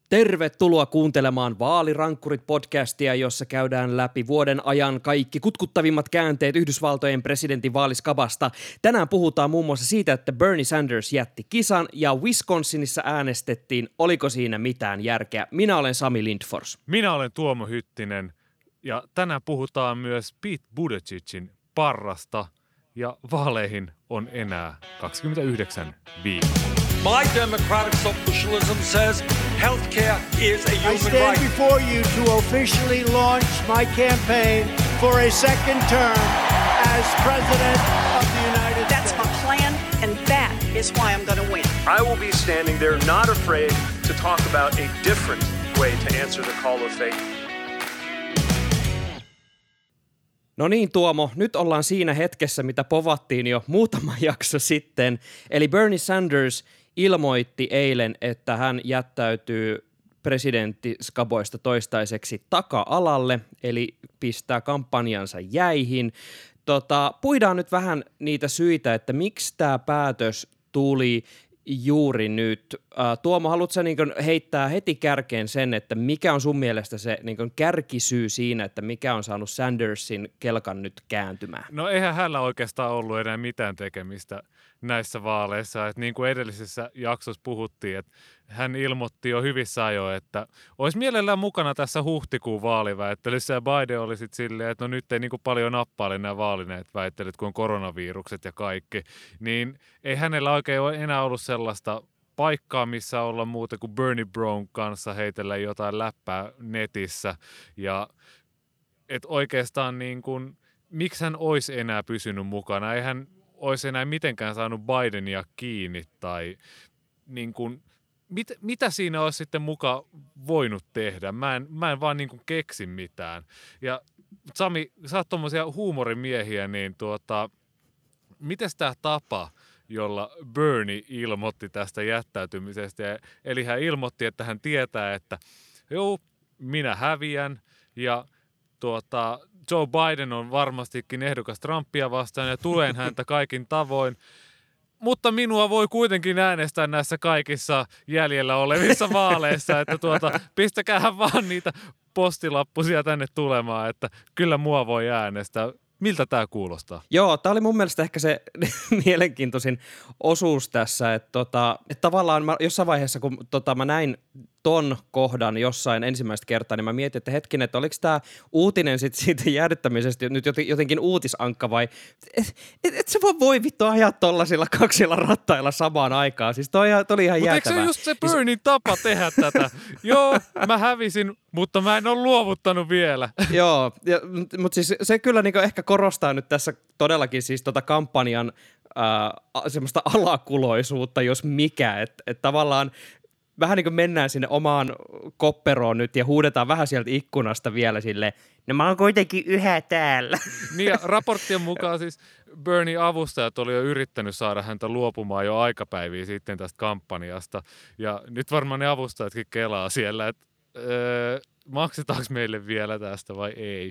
Tervetuloa kuuntelemaan Vaalirankkurit-podcastia, jossa käydään läpi vuoden ajan kaikki kutkuttavimmat käänteet Yhdysvaltojen presidentin vaaliskabasta. Tänään puhutaan muun muassa siitä, että Bernie Sanders jätti kisan ja Wisconsinissa äänestettiin. Oliko siinä mitään järkeä? Minä olen Sami Lindfors. Minä olen Tuomo Hyttinen ja tänään puhutaan myös Pete Buttigiegin parrasta ja vaaleihin on enää 29 viikkoa. My democratic socialism says healthcare is a human right. I stand before you to officially launch my campaign for a second term as President of the United States. That's my plan, and that is why I'm going to win. I will be standing there not afraid to talk about a different way to answer the call of faith. No niin Tuomo, nyt ollaan siinä hetkessä, mitä povattiin jo muutama jakso sitten. Eli Bernie Sanders ilmoitti eilen, että hän jättäytyy presidenttiskaboista toistaiseksi taka-alalle, eli pistää kampanjansa jäihin. Puidaan nyt vähän niitä syitä, että miksi tämä päätös tuli juuri nyt. Tuomo, haluatko sä heittää heti kärkeen sen, että mikä on sun mielestä se kärkisyy siinä, että mikä on saanut Sandersin kelkan nyt kääntymään? No eihän hänellä oikeastaan ollut enää mitään tekemistä näissä vaaleissa. Että niin kuin edellisessä jaksossa puhuttiin, että hän ilmoitti jo hyvissä ajoin, että olisi mielellään mukana tässä huhtikuun vaaliväittelyssä ja Biden oli sitten silleen, että no nyt ei niin kuin paljon nappaile nämä vaalineet väittelyt, kun on koronavirukset ja kaikki. Niin ei hänellä oikein ole enää ollut sellaista paikkaa, missä olla muuta kuin Bernie Brown kanssa heitellä jotain läppää netissä. Ja että oikeastaan niin kuin, miksi hän olisi enää pysynyt mukana? Ei hän olisi enää mitenkään saanut Bidenia kiinni tai niin kuin, mitä siinä olisi sitten muka voinut tehdä? Mä en vaan niin kuin keksi mitään. Ja Sami, sä oot tommosia huumorimiehiä, niin mites tää tapa, jolla Bernie ilmoitti tästä jättäytymisestä? Eli hän ilmoitti, että hän tietää, että joo, minä häviän ja Joe Biden on varmastikin ehdokas Trumpia vastaan ja tulen häntä kaikin tavoin. Mutta minua voi kuitenkin äänestää näissä kaikissa jäljellä olevissa vaaleissa, että pistäkäähän vaan niitä postilappusia tänne tulemaan, että kyllä mua voi äänestää. Miltä tämä kuulostaa? Joo, tämä oli mun mielestä ehkä se mielenkiintoisin osuus tässä, että tavallaan jossain vaiheessa, kun mä näin ton kohdan jossain ensimmäistä kertaa, niin mä mietin, että hetkinen, että oliko tämä uutinen sit siitä jäädyttämisestä nyt jotenkin uutisankka vai et se voi vittu ajaa tollasilla kaksilla rattailla samaan aikaan. Siis toi oli ihan jäätävää. Mutta eikö se just se Bernin tapa tehdä tätä? Joo, mä hävisin, mutta mä en ole luovuttanut vielä. Joo, mutta siis se kyllä niinku ehkä korostaa nyt tässä todellakin siis kampanjan semmoista alakuloisuutta, jos mikä, että tavallaan vähän niin kuin mennään sinne omaan kopperoon nyt ja huudetaan vähän sieltä ikkunasta vielä silleen, no mä oon kuitenkin yhä täällä. Niin ja raporttien mukaan siis Bernie avustajat oli jo yrittänyt saada häntä luopumaan jo aikapäiviä sitten tästä kampanjasta. Ja nyt varmaan ne avustajatkin kelaa siellä, että maksetaanko meille vielä tästä vai ei?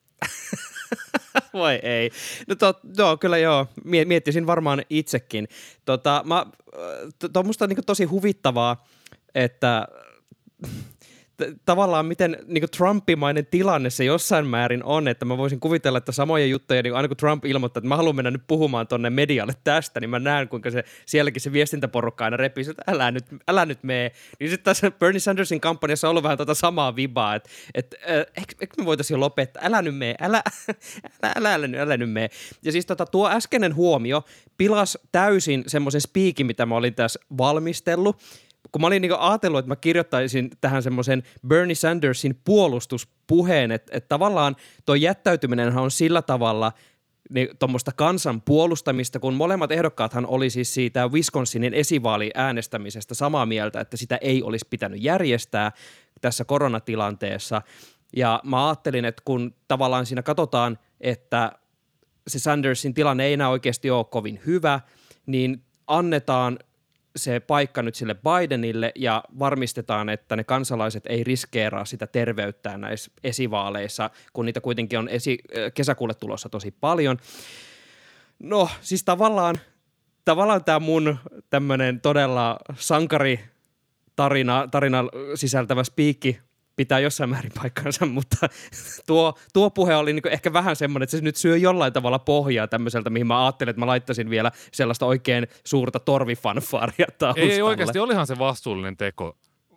Vai ei? No kyllä joo, miettisin varmaan itsekin. Musta on niin tosi huvittavaa, että tavallaan miten niin Trumpimainen tilanne se jossain määrin on, että mä voisin kuvitella, että samoja juttuja, niin aina kun Trump ilmoittaa, että mä haluan mennä nyt puhumaan tonne medialle tästä, niin mä näen, kuinka sielläkin se viestintäporukka aina repii, että älä nyt mene. Niin sitten tässä Bernie Sandersin kampanjassa on ollut vähän samaa vibaa, että eikö me voitaisiin lopettaa, älä nyt mene, älä nyt mene. Ja siis tuo äskeinen huomio pilasi täysin semmoisen spiikin, mitä mä olin tässä valmistellut, kun mä olin ajatellut, että mä kirjoittaisin tähän semmoisen Bernie Sandersin puolustuspuheen, että tavallaan tuo jättäytyminenhän on sillä tavalla tuommoista kansan puolustamista, kun molemmat ehdokkaathan oli siis siitä Wisconsinin esivaali-äänestämisestä samaa mieltä, että sitä ei olisi pitänyt järjestää tässä koronatilanteessa. Ja mä ajattelin, että kun tavallaan siinä katsotaan, että se Sandersin tilanne ei enää oikeasti ole kovin hyvä, niin annetaan se paikka nyt sille Bidenille ja varmistetaan, että ne kansalaiset ei riskeeraa sitä terveyttään näissä esivaaleissa, kun niitä kuitenkin on kesäkuulle tulossa tosi paljon. No siis tavallaan tämä mun tämmöinen todella tarina sisältävä spiikki pitää jossain määrin paikkansa, mutta tuo puhe oli niin ehkä vähän semmoinen, että se nyt syö jollain tavalla pohjaa tämmöiseltä, mihin mä ajattelin, että mä laittaisin vielä sellaista oikein suurta torvifanfaaria taustalle. Ei oikeasti, olihan se vastuullinen teko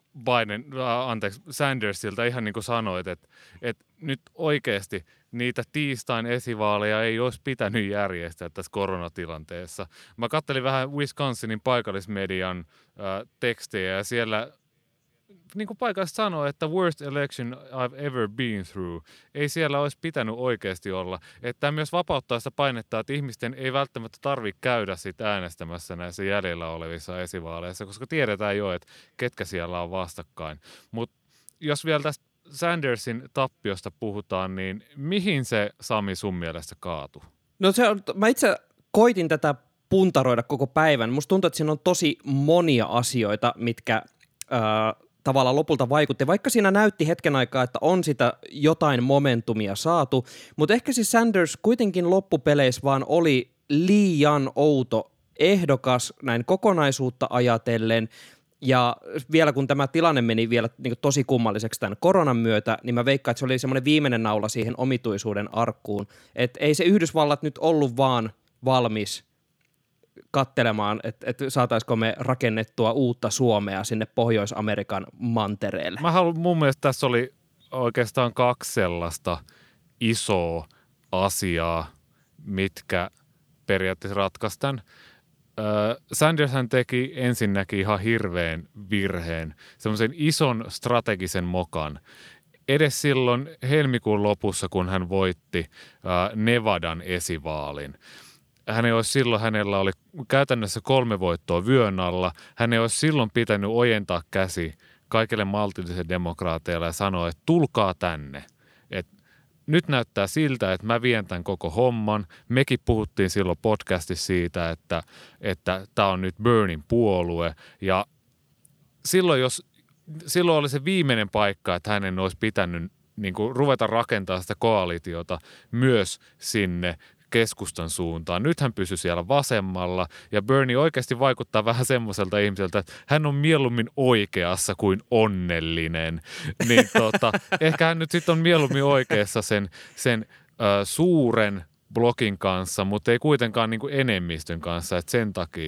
Sandersilta, ihan niin kuin sanoit, että nyt oikeasti niitä tiistain esivaaleja ei olisi pitänyt järjestää tässä koronatilanteessa. Mä kattelin vähän Wisconsinin paikallismedian tekstejä ja siellä niin kuin paikalliset sanoo, että worst election I've ever been through. Ei siellä olisi pitänyt oikeasti olla. Että tämä myös vapauttaa sitä painetta, että ihmisten ei välttämättä tarvitse käydä sit äänestämässä näissä jäljellä olevissa esivaaleissa, koska tiedetään jo, että ketkä siellä on vastakkain. Mutta jos vielä tästä Sandersin tappiosta puhutaan, niin mihin se, Sami, sun mielestä kaatui? No mä itse koitin tätä puntaroida koko päivän. Musta tuntuu, että siinä on tosi monia asioita, mitkä tavallaan lopulta vaikutti. Vaikka siinä näytti hetken aikaa, että on sitä jotain momentumia saatu, mutta ehkä siis Sanders kuitenkin loppupeleissä vaan oli liian outo ehdokas näin kokonaisuutta ajatellen. Ja vielä kun tämä tilanne meni vielä niin tosi kummalliseksi tämän koronan myötä, niin mä veikkaan, että se oli semmoinen viimeinen naula siihen omituisuuden arkkuun. Että ei se Yhdysvallat nyt ollut vaan valmis katselemaan, että saataisiko me rakennettua uutta Suomea sinne Pohjois-Amerikan mantereelle. Mun mielestä tässä oli oikeastaan 2 sellaista isoa asiaa, mitkä periaatteessa ratkaistaan. Sandershan teki ensinnäkin ihan hirveän virheen, semmoisen ison strategisen mokan. Edes silloin helmikuun lopussa, kun hän voitti Nevadan esivaalin. Hänellä oli käytännössä 3 voittoa vyön alla. Hän ei olisi silloin pitänyt ojentaa käsi kaikille maltillisille demokraateille ja sanoa, että tulkaa tänne. Nyt näyttää siltä, että mä vien tämän koko homman. Mekin puhuttiin silloin podcastissa siitä, että tämä on nyt Bernin puolue. Ja silloin oli se viimeinen paikka, että hänen olisi pitänyt niin kuin ruveta rakentamaan sitä koalitiota myös sinne keskustan suuntaan. Nyt hän pysyi siellä vasemmalla ja Bernie oikeasti vaikuttaa vähän semmoiselta ihmiseltä, että hän on mieluummin oikeassa kuin onnellinen. Niin ehkä hän nyt sitten on mieluummin oikeassa sen suuren blokin kanssa, mutta ei kuitenkaan niin kuin enemmistön kanssa, että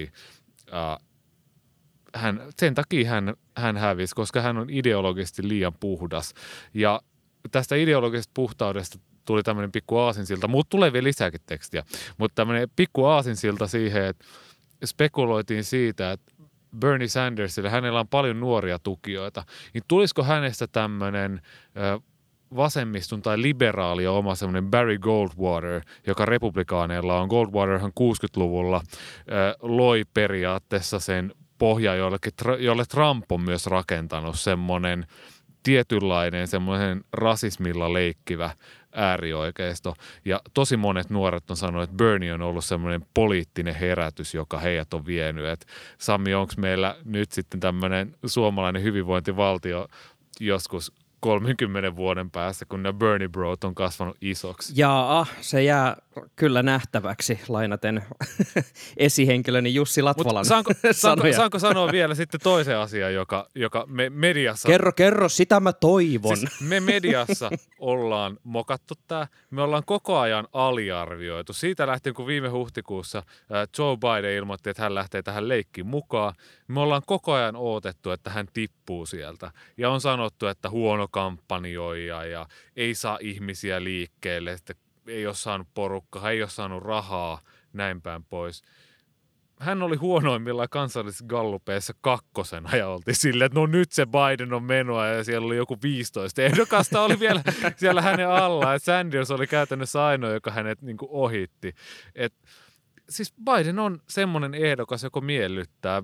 sen takia hän hävisi, koska hän on ideologisesti liian puhdas. Ja tästä ideologisesta puhtaudesta tuli tämmöinen pikku aasinsilta, mutta tulee vielä lisääkin tekstiä, mutta tämmöinen pikku aasinsilta siihen, että spekuloitiin siitä, että Bernie Sandersille, hänellä on paljon nuoria tukijoita, niin tulisiko hänestä tämmöinen vasemmistun tai liberaali oma semmoinen Barry Goldwater, joka republikaaneilla on. Goldwaterhan 60-luvulla loi periaatteessa sen pohja, jolle Trump on myös rakentanut semmoinen tietynlainen semmoinen rasismilla leikkivä äärioikeisto. Ja tosi monet nuoret on sanonut, että Bernie on ollut semmoinen poliittinen herätys, joka heidät on vienyt. Et Sami, onko meillä nyt sitten tämmöinen suomalainen hyvinvointivaltio joskus 30 vuoden päästä, kun ne Bernie Brot on kasvanut isoksi? Jaa, se jää kyllä nähtäväksi, lainaten esihenkilöni Jussi Latvalan sanoja. Saanko sanoa vielä sitten toisen asian, joka me mediassa... Kerro, sitä mä toivon. Siis me mediassa ollaan mokattu tämä. Me ollaan koko ajan aliarvioitu. Siitä lähtien, kun viime huhtikuussa Joe Biden ilmoitti, että hän lähtee tähän leikkiin mukaan, me ollaan koko ajan odotettu, että hän tippuu sieltä. Ja on sanottu, että huono kampanjoija ja ei saa ihmisiä liikkeelle, että ei ole saanut porukkaa, ei ole saanut rahaa, näin päin pois. Hän oli huonoimmillaan kansallisissa gallupeissa 2. ja oltiin silleen, että no nyt se Biden on menoa ja siellä oli joku 15 ehdokasta oli vielä siellä hänen alla. Et Sanders oli käytännössä ainoa, joka hänet niin kuin ohitti. Siis Biden on semmoinen ehdokas, joka miellyttää.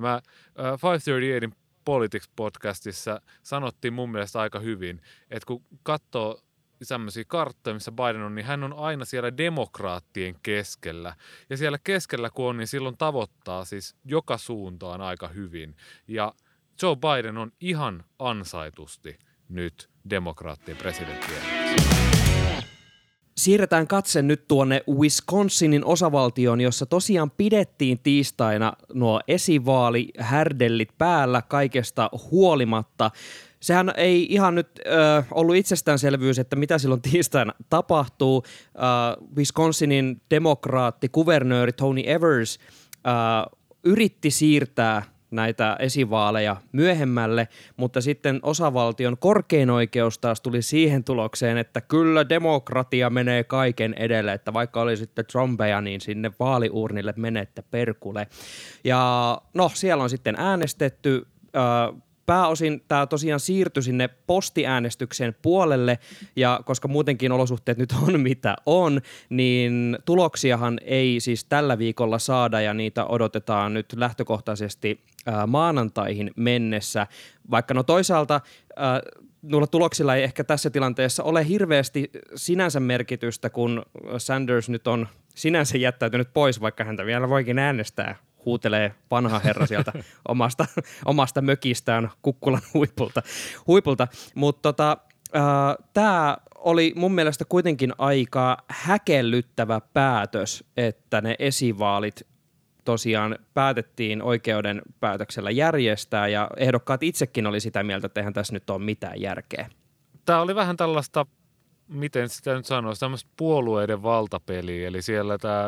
538 Politics-podcastissa sanottiin mun mielestä aika hyvin, että kun katsoo sellaisia karttoja, missä Biden on, niin hän on aina siellä demokraattien keskellä. Ja siellä keskellä kun on, niin silloin tavoittaa siis joka suuntaan aika hyvin. Ja Joe Biden on ihan ansaitusti nyt demokraattien presidenttiehdokas. Siirretään katse nyt tuonne Wisconsinin osavaltioon, jossa tosiaan pidettiin tiistaina nuo esivaalihärdellit päällä kaikesta huolimatta. Sehän ei ihan nyt ollut itsestäänselvyys, että mitä silloin tiistaina tapahtuu. Wisconsinin demokraatti, kuvernööri Tony Evers yritti siirtää näitä esivaaleja myöhemmälle, mutta sitten osavaltion korkein oikeus taas tuli siihen tulokseen, että kyllä demokratia menee kaiken edelle, että vaikka oli sitten Trumpeja, niin sinne vaaliuurnille menette perkule. Ja no, siellä on sitten äänestetty. Pääosin tämä tosiaan siirtyi sinne postiäänestyksen puolelle, ja koska muutenkin olosuhteet nyt on mitä on, niin tuloksiahan ei siis tällä viikolla saada, ja niitä odotetaan nyt lähtökohtaisesti maanantaihin mennessä, vaikka no toisaalta noilla tuloksilla ei ehkä tässä tilanteessa ole hirveästi sinänsä merkitystä, kun Sanders nyt on sinänsä jättäytynyt pois, vaikka häntä vielä voikin äänestää. Huutelee vanha herra sieltä omasta mökistään Kukkulan huipulta. Mutta tämä oli mun mielestä kuitenkin aika häkellyttävä päätös, että ne esivaalit tosiaan päätettiin oikeuden päätöksellä järjestää, ja ehdokkaat itsekin oli sitä mieltä, että eihän tässä nyt ole mitään järkeä. Tämä oli vähän tällaista, miten sitä nyt sanoisi, tämmöistä puolueiden valtapeliä, eli siellä tämä...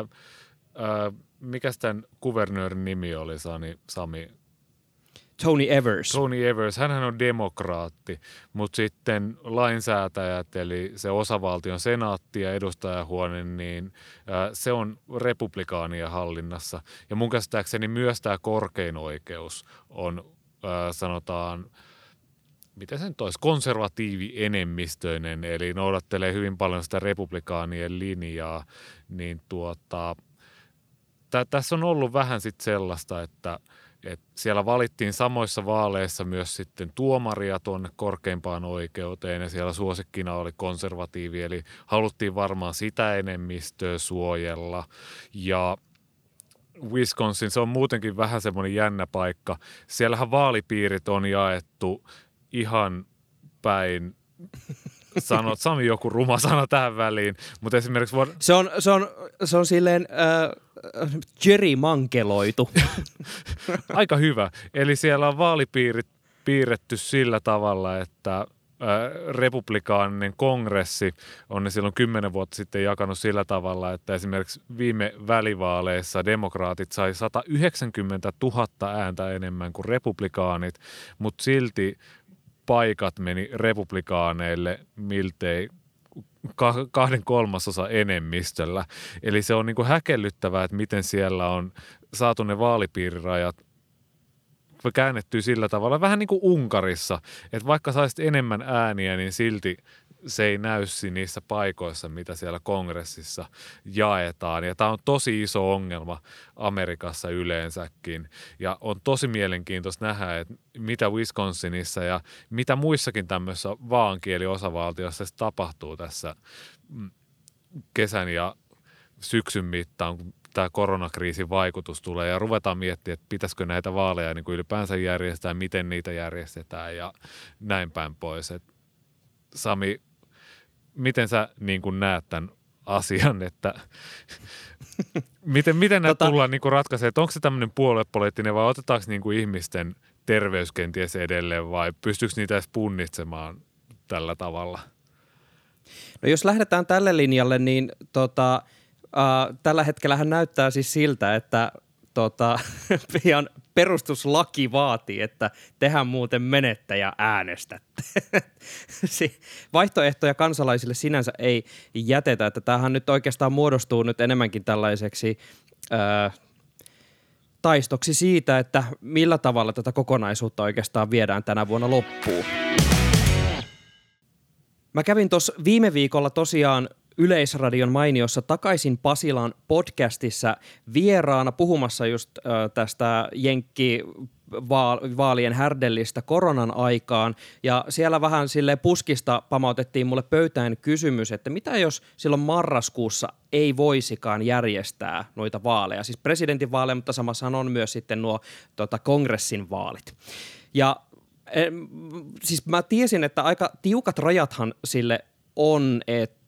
mikäs tämän kuvernöörin nimi oli, Sami? Tony Evers. Tony Evers, hänhän on demokraatti, mutta sitten lainsäätäjät, eli se osavaltion senaatti ja edustajahuone, niin se on republikaanien hallinnassa. Ja mun käsittääkseni myös tämä korkein oikeus on, sanotaan, miten se nyt olisi, konservatiivienemmistöinen, eli noudattelee hyvin paljon sitä republikaanien linjaa, niin tässä on ollut vähän sitten sellaista, että siellä valittiin samoissa vaaleissa myös sitten tuomaria tuonne korkeimpaan oikeuteen, ja siellä suosikkina oli konservatiivi, eli haluttiin varmaan sitä enemmistöä suojella. Ja Wisconsin, se on muutenkin vähän semmoinen jännä paikka. Siellähän vaalipiirit on jaettu ihan päin. Sanot Sami joku ruma sana tähän väliin, mutta esimerkiksi... Se on silleen gerrymankeloitu. Aika hyvä. Eli siellä on vaalipiirit piirretty sillä tavalla, että republikaaninen kongressi on ne silloin 10 vuotta sitten jakanut sillä tavalla, että esimerkiksi viime välivaaleissa demokraatit sai 190 000 ääntä enemmän kuin republikaanit, mutta silti paikat meni republikaaneille miltei 2/3 enemmistöllä. Eli se on niin kuin häkellyttävää, että miten siellä on saatu ne vaalipiirirajat käännettyä sillä tavalla, vähän niin kuin Unkarissa, että vaikka saisit enemmän ääniä, niin silti se ei näy niissä paikoissa, mitä siellä kongressissa jaetaan. Ja tämä on tosi iso ongelma Amerikassa yleensäkin. Ja on tosi mielenkiintoista nähdä, että mitä Wisconsinissa ja mitä muissakin tämmöisissä vaankieliosavaltioissa tapahtuu tässä kesän ja syksyn mittaan, kun tämä koronakriisin vaikutus tulee ja ruvetaan miettimään, että pitäisikö näitä vaaleja niin kuin ylipäänsä järjestää, miten niitä järjestetään ja näin päin pois. Et Sami, miten sä niin kuin näet tämän asian, että miten näitä tullaan niin kuin ratkaisemaan, että onko se tämmöinen puoluepoliittinen vai otetaanko niin kuin ihmisten terveys kenties edelleen vai pystyykö niitä edes punnitsemaan tällä tavalla? No jos lähdetään tälle linjalle, niin tällä hetkellähän näyttää siis siltä, että pian perustuslaki vaatii, että tehän muuten menette ja äänestätte. Vaihtoehtoja kansalaisille sinänsä ei jätetä, että tämähän nyt oikeastaan muodostuu nyt enemmänkin tällaiseksi taistoksi siitä, että millä tavalla tätä kokonaisuutta oikeastaan viedään tänä vuonna loppuun. Mä kävin tuossa viime viikolla tosiaan Yleisradion mainiossa Takaisin Pasilaan podcastissa vieraana puhumassa just tästä jenkkivaalien härdellistä koronan aikaan. Ja siellä vähän silleen puskista pamautettiin mulle pöytään kysymys, että mitä jos silloin marraskuussa ei voisikaan järjestää noita vaaleja. Siis presidentinvaaleja, mutta samassa on myös sitten nuo kongressin vaalit. Ja siis mä tiesin, että aika tiukat rajathan sille on, että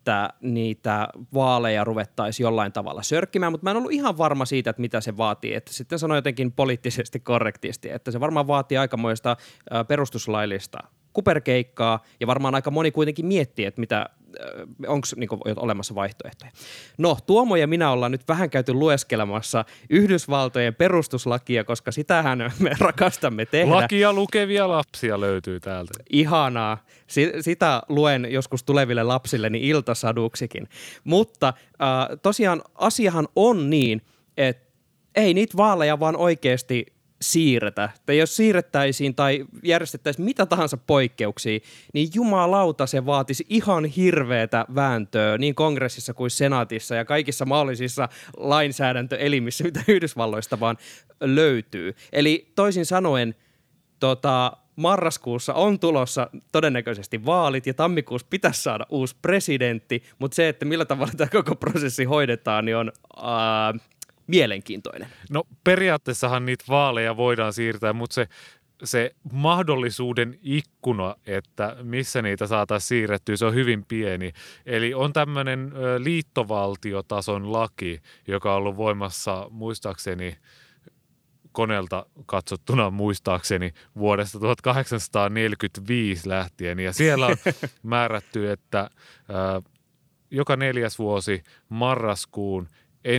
että niitä vaaleja ruvettaisiin jollain tavalla sörkkimään, mutta mä en ollut ihan varma siitä, että mitä se vaatii. Että sitten sanoi jotenkin poliittisesti korrektisti, että se varmaan vaatii aikamoista perustuslaillista kuperkeikkaa, ja varmaan aika moni kuitenkin miettii, että mitä onko niinku olemassa vaihtoehtoja. No, Tuomo ja minä ollaan nyt vähän käyty lueskelemassa Yhdysvaltojen perustuslakia, koska sitähän me rakastamme tehdä. Lakia lukevia lapsia löytyy täältä. Ihanaa. Sitä luen joskus tuleville lapsilleni iltasaduksikin. Mutta tosiaan asiahan on niin, että ei niitä vaaleja vaan oikeasti siirretä. Tai jos siirrettäisiin tai järjestettäisiin mitä tahansa poikkeuksia, niin jumalauta se vaatisi ihan hirveätä vääntöä niin kongressissa kuin senaatissa ja kaikissa mahdollisissa lainsäädäntöelimissä, mitä Yhdysvalloista vaan löytyy. Eli toisin sanoen marraskuussa on tulossa todennäköisesti vaalit ja tammikuussa pitäisi saada uusi presidentti, mutta se, että millä tavalla tämä koko prosessi hoidetaan, niin on mielenkiintoinen. No periaatteessahan niitä vaaleja voidaan siirtää, mutta se mahdollisuuden ikkuna, että missä niitä saataisiin siirrettyä, se on hyvin pieni. Eli on tämmöinen liittovaltiotason laki, joka on ollut voimassa muistaakseni koneelta katsottuna vuodesta 1845 lähtien. Ja siellä on määrätty, että joka 4. vuosi marraskuun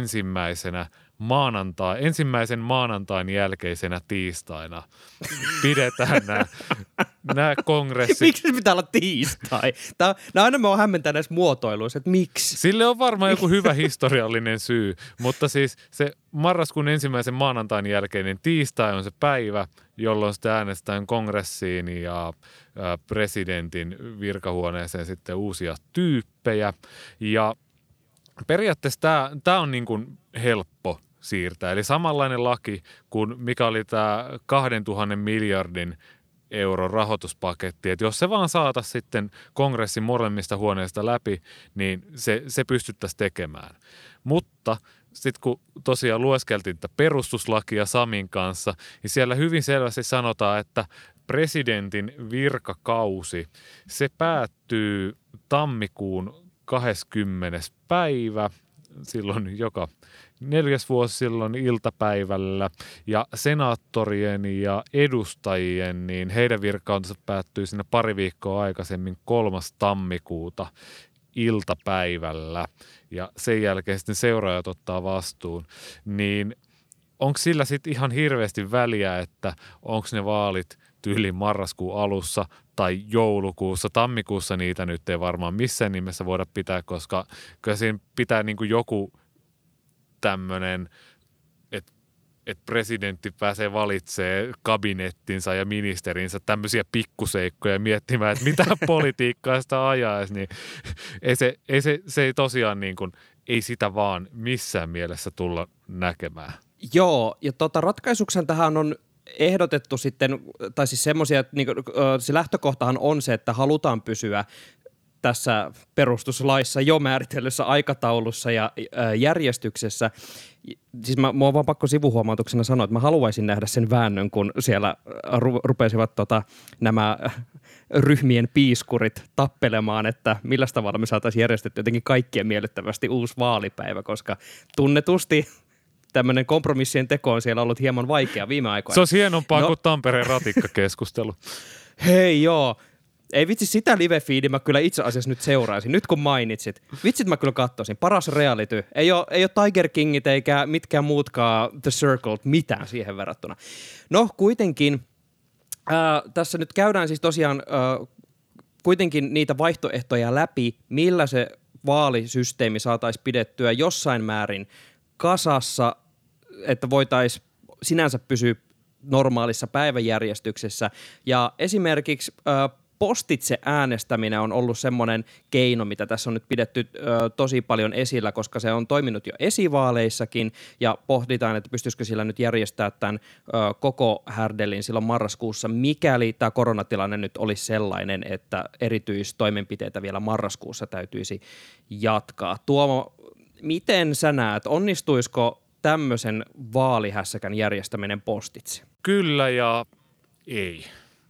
ensimmäisen maanantain jälkeisenä tiistaina pidetään nämä kongressit. Miksi se pitää olla tiistai? Aina mä oon hämmentänyt näissä muotoiluissa, että miksi? Sille on varmaan joku hyvä historiallinen syy, mutta siis se marraskuun ensimmäisen maanantain jälkeinen tiistai on se päivä, jolloin sitä äänestetään kongressiin ja presidentin virkahuoneeseen sitten uusia tyyppejä. Ja periaatteessa tämä on niin kuin helppo siirtää. Eli samanlainen laki kuin mikä oli tämä 2,000 miljardin euron rahoituspaketti. Että jos se vaan saataisiin sitten kongressin molemmista huoneista läpi, niin se pystyttäisiin tekemään. Mutta sitten kun tosiaan lueskeltiin tätä perustuslakia Samin kanssa, niin siellä hyvin selvästi sanotaan, että presidentin virkakausi, se päättyy tammikuun 20. päivä, silloin joka 4. vuosi silloin iltapäivällä, ja senaattorien ja edustajien, niin heidän virkautensa päättyy siinä pari viikkoa aikaisemmin 3. tammikuuta iltapäivällä, ja sen jälkeen sitten seuraajat ottaa vastuun, niin onko sillä sitten ihan hirveästi väliä, että onko ne vaalit tyyliin marraskuun alussa tai joulukuussa, tammikuussa niitä nyt ei varmaan missään nimessä voida pitää, koska kyllä siinä pitää niin kuin joku tämmöinen, että presidentti pääsee valitsemaan kabinettinsa ja ministerinsä tämmöisiä pikkuseikkoja miettimään, että mitä politiikkaa sitä ajaisi, niin se ei tosiaan niin kuin, ei sitä vaan missään mielessä tulla näkemään. Joo, ja ratkaisuksen tähän on ehdotettu sitten, tai siis semmoisia, että se lähtökohtahan on se, että halutaan pysyä tässä perustuslaissa jo määritellyssä aikataulussa ja järjestyksessä. Siis mua on vaan pakko sivuhuomautuksena sanoa, että mä haluaisin nähdä sen väännön, kun siellä rupesivat nämä ryhmien piiskurit tappelemaan, että millä tavalla me saataisiin järjestettyä jotenkin kaikkien miellyttävästi uusi vaalipäivä, koska tunnetusti tämmöinen kompromissien teko on siellä ollut hieman vaikea viime aikoina. Se on hienompaa kuin Tampereen ratikkakeskustelu. Hei joo. Ei vitsi, sitä live-feediä mä kyllä itse asiassa nyt seuraisin. Nyt kun mainitsit. Vitsit mä kyllä katsoisin. Paras reality. Ei ole Tiger Kingit eikä mitkään muutkaan The Circle, mitään siihen verrattuna. No kuitenkin, tässä nyt käydään siis tosiaan kuitenkin niitä vaihtoehtoja läpi, millä se vaalisysteemi saataisiin pidettyä jossain määrin kasassa, että voitaisiin sinänsä pysyä normaalissa päiväjärjestyksessä. Ja esimerkiksi postitse äänestäminen on ollut semmoinen keino, mitä tässä on nyt pidetty tosi paljon esillä, koska se on toiminut jo esivaaleissakin ja pohditaan, että pystyisikö sillä nyt järjestää tämän koko härdelin silloin marraskuussa, mikäli tämä koronatilanne nyt olisi sellainen, että erityistoimenpiteitä vielä marraskuussa täytyisi jatkaa. Tuomo, miten sä näet, onnistuisiko tämmöisen vaalihässäkän järjestäminen postitse? Kyllä ja ei.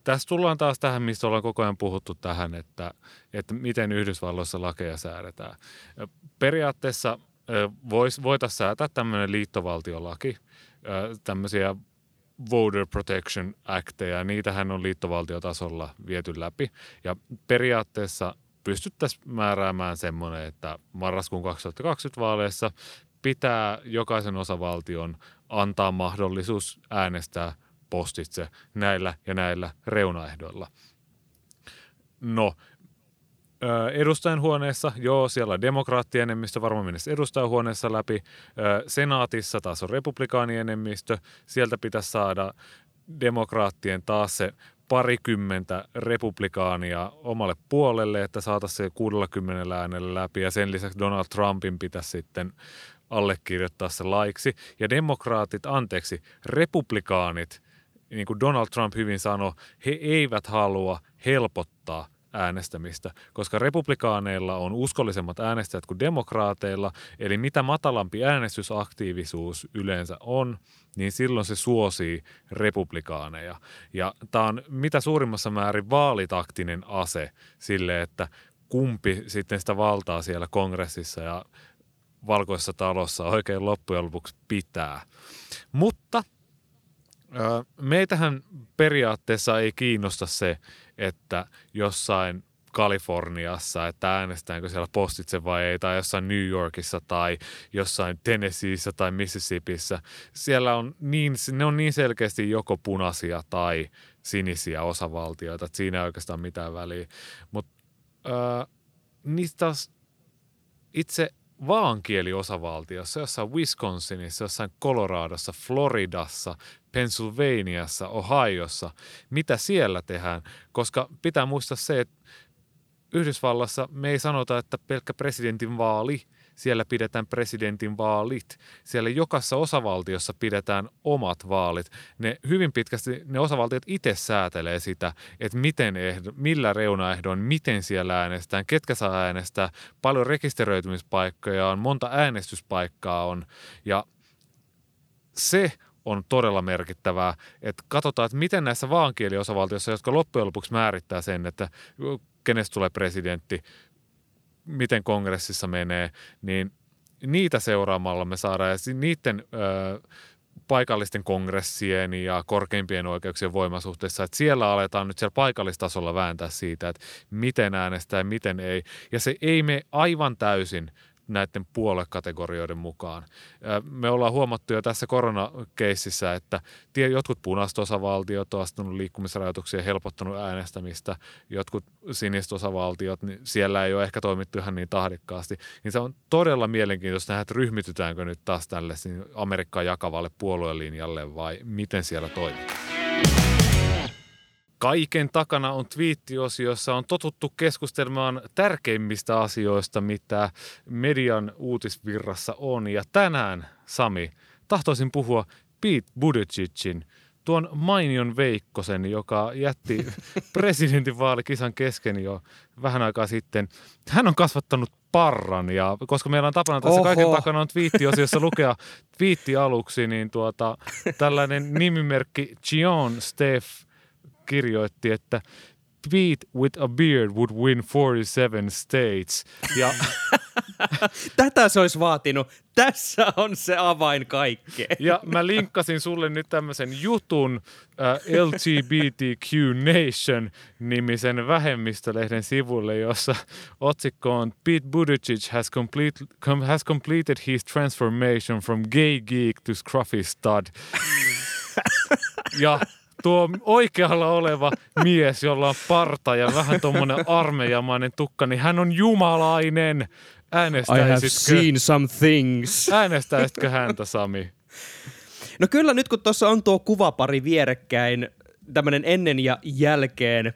tässä tullaan taas tähän, mistä ollaan koko ajan puhuttu tähän, että miten Yhdysvalloissa lakeja säädetään. Periaatteessa voitaisiin säätää tämmöinen liittovaltiolaki, tämmöisiä Voter Protection Acteja, niitähän on liittovaltiotasolla viety läpi. Ja periaatteessa pystyttäisiin määräämään semmoinen, että marraskuun 2020 vaaleissa pitää jokaisen osavaltion antaa mahdollisuus äänestää postitse näillä ja näillä reunaehdoilla. No, edustajanhuoneessa, siellä on demokraattienemmistö, varmaan mennessä edustajanhuoneessa läpi. Senaatissa taas on republikaanienemmistö. Sieltä pitäisi saada demokraattien taas se 20 republikaania omalle puolelle, että saataisiin se 60 äänellä läpi. Ja sen lisäksi Donald Trumpin pitäisi sitten allekirjoittaa se laiksi. Ja republikaanit, niin kuin Donald Trump hyvin sanoi, he eivät halua helpottaa äänestämistä, koska republikaaneilla on uskollisemmat äänestäjät kuin demokraateilla, eli mitä matalampi äänestysaktiivisuus yleensä on, niin silloin se suosii republikaaneja. Ja tämä on mitä suurimmassa määrin vaalitaktinen ase sille, että kumpi sitten sitä valtaa siellä kongressissa ja Valkoisessa talossa oikein loppujen lopuksi pitää. Mutta meitähän periaatteessa ei kiinnosta se, että jossain Kaliforniassa, että äänestäänkö siellä postitse vai ei, tai jossain New Yorkissa tai jossain Tennesseeissä tai Mississippissä. Siellä on ne on niin selkeästi joko punaisia tai sinisiä osavaltioita, että siinä ei oikeastaan mitään väliä. Mutta niistä taas itse vaankieliosavaltiossa, jossain Wisconsinissa, jossain Coloradossa, Floridassa, Pennsylvaniassa, Ohiossa, mitä siellä tehdään, koska pitää muistaa se, että Yhdysvallassa me ei sanota, että pelkkä presidentin vaali, siellä pidetään presidentin vaalit. Siellä jokaisessa osavaltiossa pidetään omat vaalit. Hyvin pitkästi ne osavaltiot itse säätelee sitä, että millä reunaehdoin, miten siellä äänestetään, ketkä saa äänestää, paljon rekisteröitymispaikkoja on, monta äänestyspaikkaa on ja se on todella merkittävää, että katsotaan, että miten näissä vaankieliosavaltioissa, jotka loppujen lopuksi määrittää sen, että kenestä tulee presidentti, miten kongressissa menee, niin niitä seuraamalla me saadaan ja niiden paikallisten kongressien ja korkeimpien oikeuksien voimasuhteessa, että siellä aletaan nyt siellä paikallistasolla vääntää siitä, että miten äänestää ja miten ei. Ja se ei mene aivan täysin näiden puoluekategorioiden mukaan. Me ollaan huomattu jo tässä koronakeississä, että jotkut punaiset osavaltiot on astunut liikkumisrajoituksia ja helpottanut äänestämistä, jotkut siniset osavaltiot, niin siellä ei ole ehkä toimittu ihan niin tahdikkaasti. Niin se on todella mielenkiintoista nähdä, että ryhmitytäänkö nyt taas tälle Amerikkaa jakavalle puoluelinjalle vai miten siellä toimitaan. Kaiken takana on twiittiosio, jossa on totuttu keskustelemaan tärkeimmistä asioista, mitä median uutisvirrassa on. Ja tänään, Sami, tahtoisin puhua Pete Buttigiegin, tuon mainion Veikkosen, joka jätti presidentinvaalikisan kesken jo vähän aikaa sitten. Hän on kasvattanut parran ja koska meillä on tapana tässä kaiken takana on twiittiosiossa lukea twiitti aluksi, niin tällainen nimimerkki Gion Steff kirjoitti, että Pete with a beard would win 47 states. Ja tätä se olisi vaatinut. Tässä on se avain kaikkeen. Ja mä linkkasin sulle nyt tämmöisen jutun LGBTQ Nation-nimisen vähemmistölehden sivulle, jossa otsikko on Pete Buttigieg has completed his transformation from gay geek to scruffy stud. Ja tuo oikealla oleva mies, jolla on parta ja vähän tommonen armeijamainen tukka, niin hän on jumalainen. I have seen some things. Äänestäisitkö häntä, Sami? No kyllä nyt kun tuossa on tuo kuvapari vierekkäin, tämmöinen ennen ja jälkeen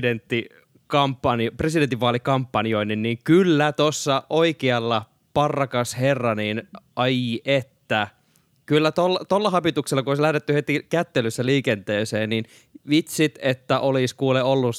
presidentinvaalikampanjoinnin, niin kyllä tuossa oikealla parrakas herra, niin ai että. Kyllä tuolla habituksella, kun olisi lähdetty heti kättelyssä liikenteeseen, niin vitsit, että olisi kuule ollut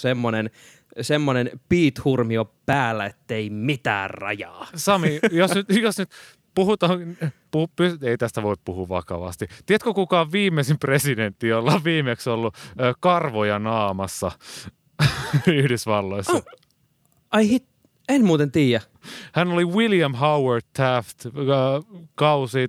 semmoinen Pete-hurmio päällä, ettei mitään rajaa. Sami, jos nyt ei tästä voi puhua vakavasti. Tiedätkö, kuka on viimeisin presidentti, jolla on viimeksi ollut karvoja naamassa Yhdysvalloissa? En muuten tiedä. Hän oli William Howard Taft kausi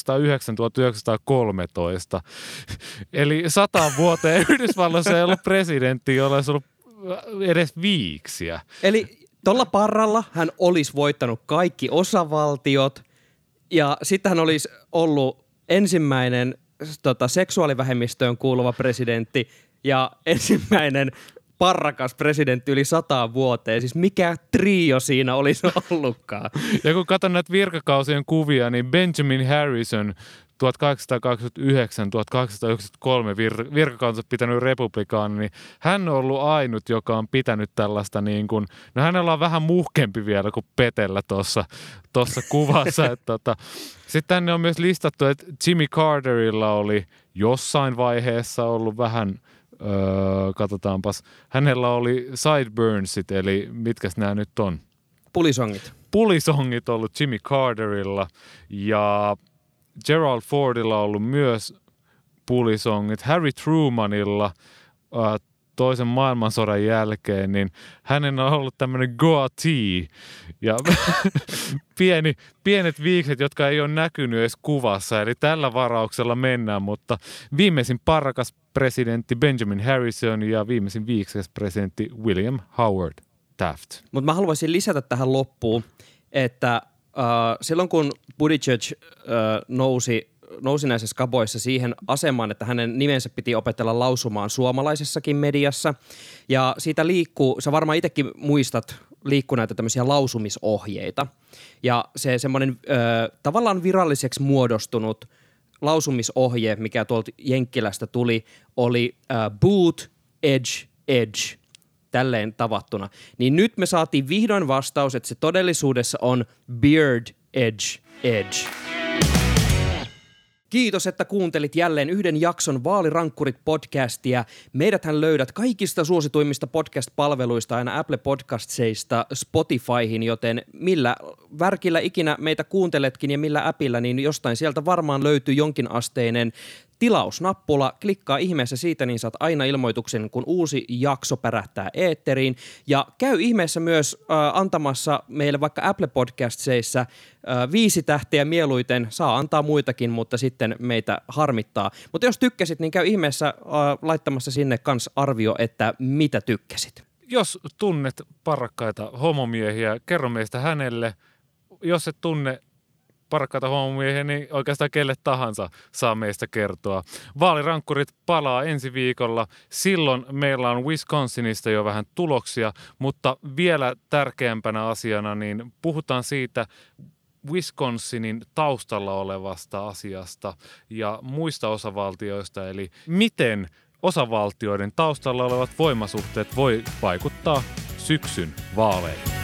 1909-1913. Eli 100 vuoteen Yhdysvalloissa ei ollut presidentti, jolla olisi ollut edes viiksiä. Eli tuolla parralla hän olisi voittanut kaikki osavaltiot ja sitten hän olisi ollut ensimmäinen seksuaalivähemmistöön kuuluva presidentti ja ensimmäinen parrakas presidentti yli 100 vuoteen. Siis mikä trio siinä olisi ollutkaan. Ja kun katson näitä virkakausien kuvia, niin Benjamin Harrison 1829-1893 virkakautensa pitänyt republikaani, niin hän on ollut ainut, joka on pitänyt tällaista niin kuin, no hänellä on vähän muhkempi vielä kuin Petellä tuossa kuvassa. Sitten tänne on myös listattu, että Jimmy Carterilla oli jossain vaiheessa ollut vähän, katsotaanpas, hänellä oli sideburnsit, eli mitkäs nämä nyt on? Pulisongit ollut Jimmy Carterilla ja Gerald Fordilla on ollut myös pulisongit. Harry Trumanilla toisen maailmansodan jälkeen, niin hänen on ollut tämmöinen goatee ja pienet viikset, jotka ei ole näkynyt edes kuvassa. Eli tällä varauksella mennään, mutta viimeisin parrakas presidentti Benjamin Harrison ja viimeisin viiksekäs presidentti William Howard Taft. Mutta mä haluaisin lisätä tähän loppuun, että silloin kun Buttigieg nousi näissä skaboissa siihen asemaan, että hänen nimensä piti opetella lausumaan suomalaisessakin mediassa. Ja siitä liikkuu, sä varmaan itsekin muistat, liikkuu näitä tämmöisiä lausumisohjeita. Ja se semmoinen tavallaan viralliseksi muodostunut lausumisohje, mikä tuolta Jenkkilästä tuli, oli boot, edge. Tälleen tavattuna. Niin nyt me saatiin vihdoin vastaus, että se todellisuudessa on beard, edge. Kiitos, että kuuntelit jälleen yhden jakson Vaalirankkurit-podcastia. Meidäthän löydät kaikista suosituimmista podcast-palveluista aina Apple Podcastseista Spotifyhin, joten millä värkillä ikinä meitä kuunteletkin ja millä appilla, niin jostain sieltä varmaan löytyy jonkinasteinen tilausnappula. Klikkaa ihmeessä siitä, niin saat aina ilmoituksen, kun uusi jakso pärähtää eetteriin. Ja käy ihmeessä myös antamassa meille vaikka Apple Podcastseissa 5 tähteä mieluiten. Saa antaa muitakin, mutta sitten meitä harmittaa. Mutta jos tykkäsit, niin käy ihmeessä laittamassa sinne kans arvio, että mitä tykkäsit. Jos tunnet parrakkaita homomiehiä, kerro meistä hänelle. Jos et tunne parkkaita homomiehiä, niin oikeastaan kelle tahansa saa meistä kertoa. Vaalirankkurit palaa ensi viikolla. Silloin meillä on Wisconsinista jo vähän tuloksia, mutta vielä tärkeämpänä asiana niin puhutaan siitä Wisconsinin taustalla olevasta asiasta ja muista osavaltioista, eli miten osavaltioiden taustalla olevat voimasuhteet voi vaikuttaa syksyn vaaleihin.